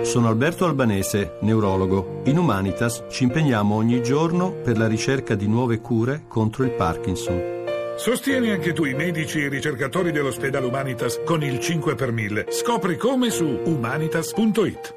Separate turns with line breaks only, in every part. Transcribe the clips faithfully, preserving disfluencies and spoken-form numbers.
Sono Alberto Albanese, neurologo. In Humanitas ci impegniamo ogni giorno per la ricerca di nuove cure contro il Parkinson.
Sostieni anche tu i medici e i ricercatori dell'ospedale Humanitas con il cinque per mille. Scopri come su humanitas punto it.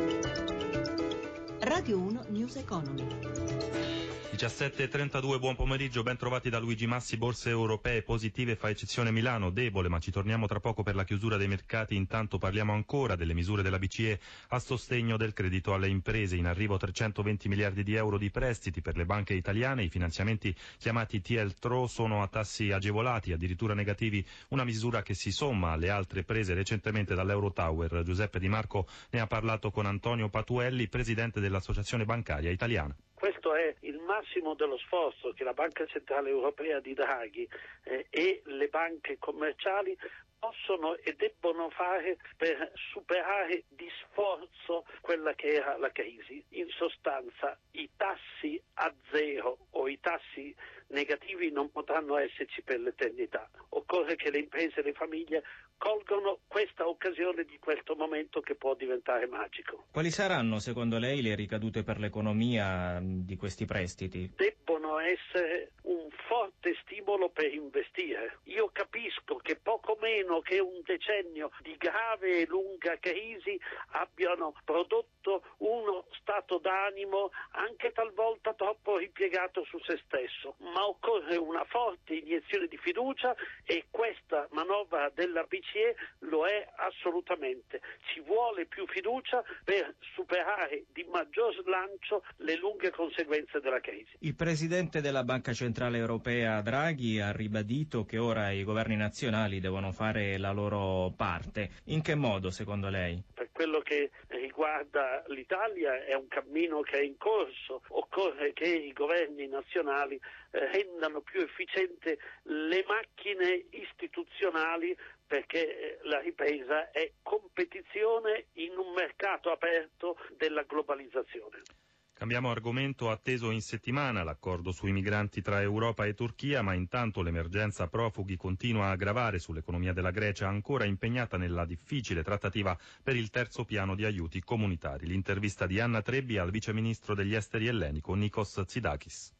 Radio uno News Economy.
diciassette e trentadue, buon pomeriggio, ben trovati da Luigi Massi. Borse europee positive, fa eccezione Milano, debole, ma ci torniamo tra poco per la chiusura dei mercati. Intanto parliamo ancora delle misure della B C E a sostegno del credito alle imprese. In arrivo trecentoventi miliardi di euro di prestiti per le banche italiane. I finanziamenti chiamati T L T R O sono a tassi agevolati, addirittura negativi, una misura che si somma alle altre prese recentemente dall'Eurotower. Giuseppe Di Marco ne ha parlato con Antonio Patuelli, presidente dell'Associazione Bancaria Italiana.
Questo è il massimo dello sforzo che la Banca Centrale Europea di Draghi eh, e le banche commerciali possono e debbono fare per superare di sforzo quella che era la crisi. In sostanza i tassi a zero o i tassi negativi non potranno esserci per l'eternità. Occorre che le imprese e le famiglie colgono questa occasione di questo momento che può diventare magico.
Quali saranno secondo lei le ricadute per l'economia di questi prestiti?
Debbono essere un forte stimolo per investire. Io capisco che poco meno che un decennio di grave e lunga crisi abbiano prodotto uno stato d'animo anche talvolta troppo ripiegato su se stesso, ma occorre una forte iniezione di fiducia e questa manovra della B C E lo è assolutamente. Ci vuole più fiducia per superare di maggior slancio le lunghe conseguenze della crisi.
Il presidente della Banca Centrale Europea Draghi ha ribadito che ora i governi nazionali devono fare la loro parte. In che modo, secondo lei?
Per quello che riguarda l'Italia è un cammino che è in corso. Occorre che i governi nazionali rendano più efficiente le macchine istituzionali, perché la ripresa è competizione in un mercato aperto della globalizzazione.
Cambiamo argomento. Atteso in settimana l'accordo sui migranti tra Europa e Turchia, ma intanto l'emergenza profughi continua a gravare sull'economia della Grecia, ancora impegnata nella difficile trattativa per il terzo piano di aiuti comunitari. L'intervista di Anna Trebbi al viceministro degli esteri ellenico Nikos Tsidakis.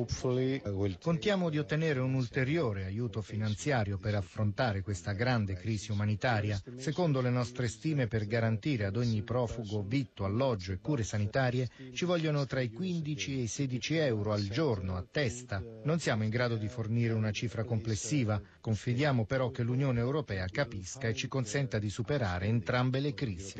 Contiamo di ottenere un ulteriore aiuto finanziario per affrontare questa grande crisi umanitaria. Secondo le nostre stime, per garantire ad ogni profugo vitto, alloggio e cure sanitarie ci vogliono tra i quindici e i sedici euro al giorno a testa. Non siamo in grado di fornire una cifra complessiva, confidiamo però che l'Unione Europea capisca e ci consenta di superare entrambe le crisi.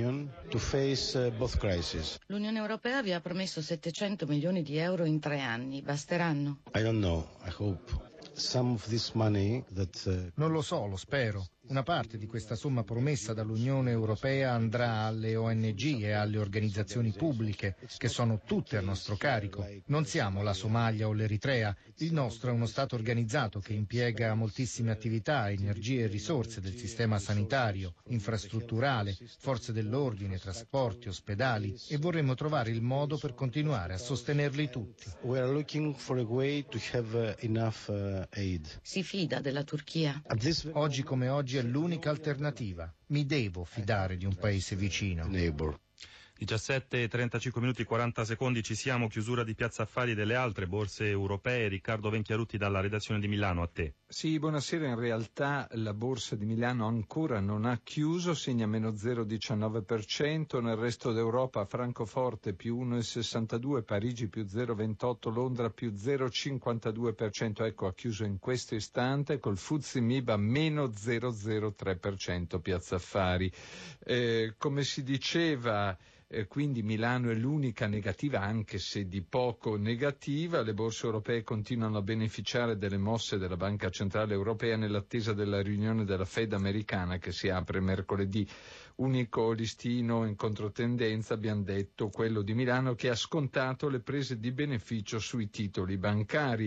L'Unione Europea vi ha promesso settecento milioni di euro in tre anni. Basteranno?
I don't know. I hope some of this money that uh... Non lo so, lo spero. Una parte di questa somma promessa dall'Unione Europea andrà alle O N G e alle organizzazioni pubbliche, che sono tutte a nostro carico. Non siamo la Somalia o l'Eritrea. Il nostro è uno Stato organizzato che impiega moltissime attività, energie e risorse del sistema sanitario, infrastrutturale, forze dell'ordine, trasporti, ospedali, e vorremmo trovare il modo per continuare a sostenerli tutti. We are looking for a way to have enough uh, aid.
Si fida della Turchia?
Oggi come oggi è l'unica alternativa. Mi devo fidare di un paese vicino. Neighbor.
diciassette e trentacinque minuti quaranta secondi, ci siamo, chiusura di Piazza Affari delle altre borse europee. Riccardo Venchiarutti dalla redazione di Milano, a te.
Sì, buonasera. In realtà la borsa di Milano ancora non ha chiuso, segna meno zero virgola diciannove per cento, nel resto d'Europa Francoforte più uno virgola sessantadue, Parigi più zero virgola ventotto, Londra più zero virgola cinquantadue per cento, ecco ha chiuso in questo istante, col F T S E MIB a meno zero virgola zero tre per cento Piazza Affari. Eh, come si diceva, Eh, quindi Milano è l'unica negativa, anche se di poco negativa. Le borse europee continuano a beneficiare delle mosse della Banca Centrale Europea nell'attesa della riunione della Fed americana che si apre mercoledì. Unico listino in controtendenza, abbiamo detto, quello di Milano, che ha scontato le prese di beneficio sui titoli bancari.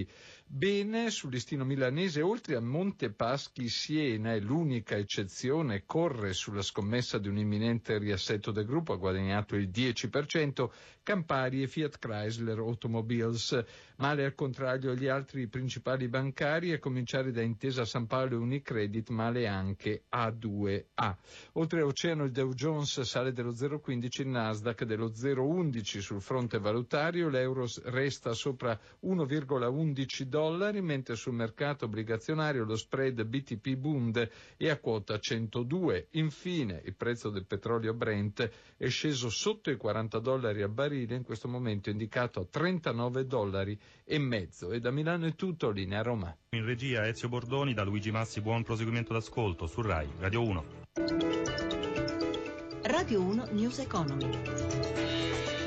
Bene sul listino milanese, oltre a Montepaschi Siena, è l'unica eccezione, corre sulla scommessa di un imminente riassetto del gruppo, ha guadagnato il dieci per cento, Campari e Fiat Chrysler Automobiles. Male al contrario gli altri principali bancari, a cominciare da Intesa San Paolo e Unicredit, male anche A due A. Oltre oceano il Dow Jones sale dello zero virgola quindici, il Nasdaq dello zero virgola undici sul fronte valutario, l'euro resta sopra uno virgola undici dollari, mentre sul mercato obbligazionario lo spread B T P Bund è a quota centodue. Infine il prezzo del petrolio Brent è sceso sotto i quaranta dollari al barile, in questo momento indicato a trentanove dollari e mezzo. E da Milano è tutto, linea Roma.
In regia Ezio Bordoni, da Luigi Massi buon proseguimento d'ascolto su Rai Radio uno.
Radio uno News Economy.